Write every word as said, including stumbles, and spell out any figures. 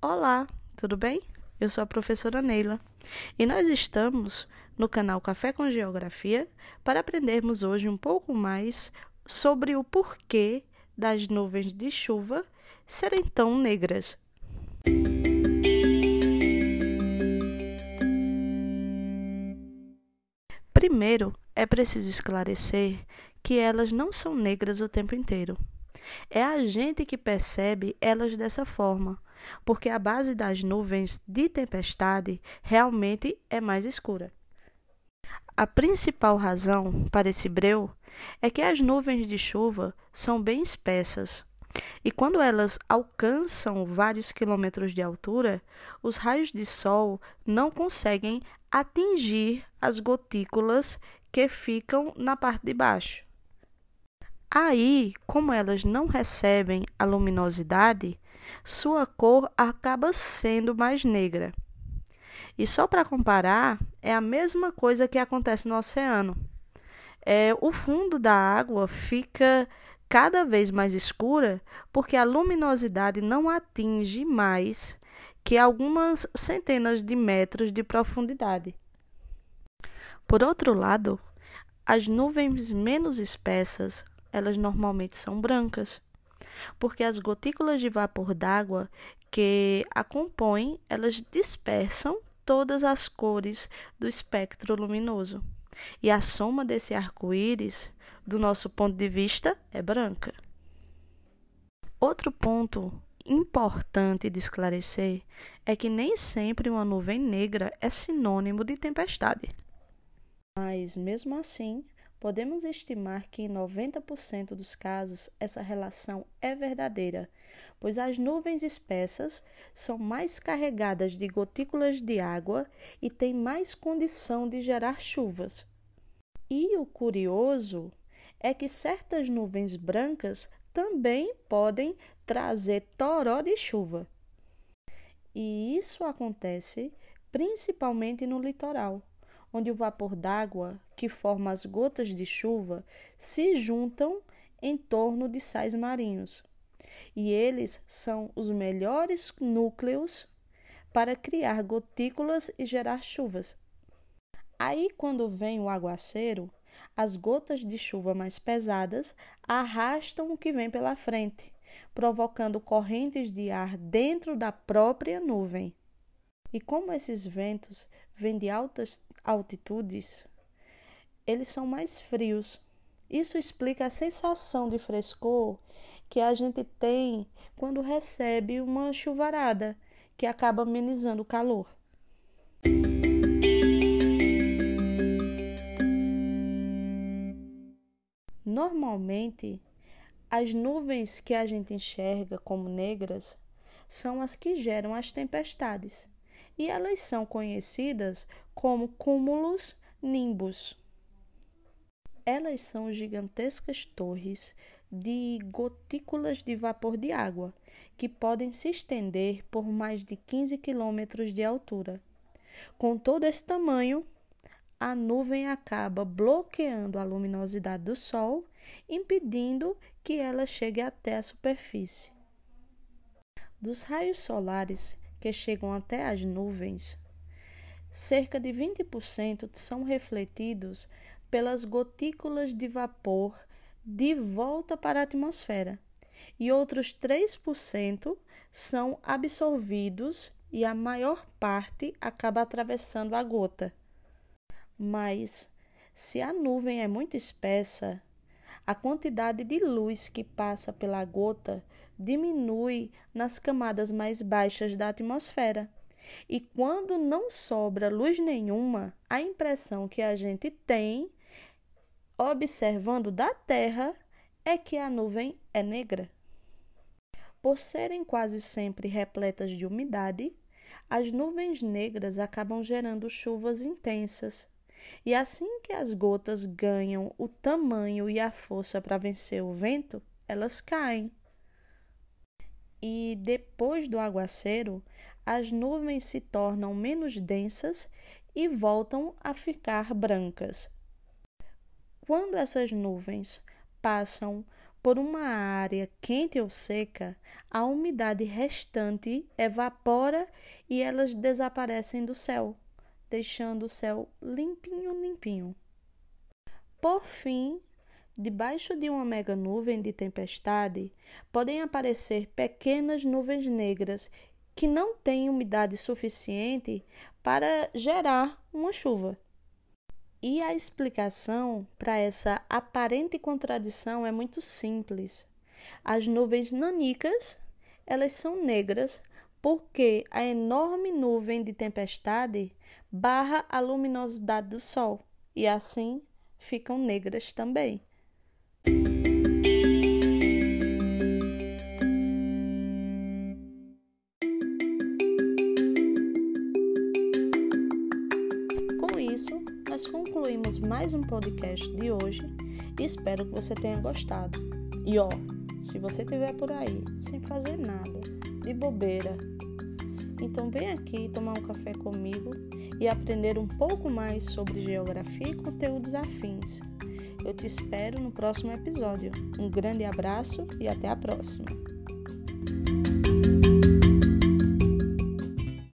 Olá, tudo bem? Eu sou a professora Neila e nós estamos no canal Café com Geografia para aprendermos hoje um pouco mais sobre o porquê das nuvens de chuva serem tão negras. Primeiro, é preciso esclarecer que elas não são negras o tempo inteiro. É a gente que percebe elas dessa forma, porque a base das nuvens de tempestade realmente é mais escura. A principal razão para esse breu é que as nuvens de chuva são bem espessas, e quando elas alcançam vários quilômetros de altura, os raios de sol não conseguem atingir as gotículas que ficam na parte de baixo. Aí, como elas não recebem a luminosidade, sua cor acaba sendo mais negra. E só para comparar, é a mesma coisa que acontece no oceano. É, o fundo da água fica cada vez mais escura porque a luminosidade não atinge mais que algumas centenas de metros de profundidade. Por outro lado, as nuvens menos espessas, elas normalmente são brancas, porque as gotículas de vapor d'água que a compõem, elas dispersam todas as cores do espectro luminoso. E a soma desse arco-íris, do nosso ponto de vista, é branca. Outro ponto importante de esclarecer é que nem sempre uma nuvem negra é sinônimo de tempestade. Mas, mesmo assim, podemos estimar que em noventa por cento dos casos essa relação é verdadeira, pois as nuvens espessas são mais carregadas de gotículas de água e têm mais condição de gerar chuvas. E o curioso é que certas nuvens brancas também podem trazer toró de chuva. E isso acontece principalmente no litoral, onde o vapor d'água que forma as gotas de chuva se juntam em torno de sais marinhos. E eles são os melhores núcleos para criar gotículas e gerar chuvas. Aí, quando vem o aguaceiro, as gotas de chuva mais pesadas arrastam o que vem pela frente, provocando correntes de ar dentro da própria nuvem. E como esses ventos vêm de altas altitudes, eles são mais frios. Isso explica a sensação de frescor que a gente tem quando recebe uma chuvarada, que acaba amenizando o calor. Normalmente, as nuvens que a gente enxerga como negras são as que geram as tempestades, e elas são conhecidas como cúmulos nimbus. Elas são gigantescas torres de gotículas de vapor de água, que podem se estender por mais de quinze quilômetros de altura. Com todo esse tamanho, a nuvem acaba bloqueando a luminosidade do Sol, impedindo que ela chegue até a superfície. Dos raios solares que chegam até as nuvens, cerca de vinte por cento são refletidos pelas gotículas de vapor de volta para a atmosfera, e outros três por cento são absorvidos e a maior parte acaba atravessando a gota. Mas, se a nuvem é muito espessa, a quantidade de luz que passa pela gota diminui nas camadas mais baixas da atmosfera. E quando não sobra luz nenhuma, a impressão que a gente tem, observando da Terra, é que a nuvem é negra. Por serem quase sempre repletas de umidade, as nuvens negras acabam gerando chuvas intensas. E assim que as gotas ganham o tamanho e a força para vencer o vento, elas caem. E depois do aguaceiro, as nuvens se tornam menos densas e voltam a ficar brancas. Quando essas nuvens passam por uma área quente ou seca, a umidade restante evapora e elas desaparecem do céu, deixando o céu limpinho, limpinho. Por fim, debaixo de uma mega nuvem de tempestade, podem aparecer pequenas nuvens negras que não têm umidade suficiente para gerar uma chuva. E a explicação para essa aparente contradição é muito simples. As nuvens nanicas, elas são negras porque a enorme nuvem de tempestade barra a luminosidade do sol e assim ficam negras também. Com isso, nós concluímos mais um podcast de hoje e espero que você tenha gostado. E ó, se você estiver por aí sem fazer nada, de bobeira, então vem aqui tomar um café comigo e aprender um pouco mais sobre geografia e conteúdos afins. Eu te espero no próximo episódio. Um grande abraço e até a próxima!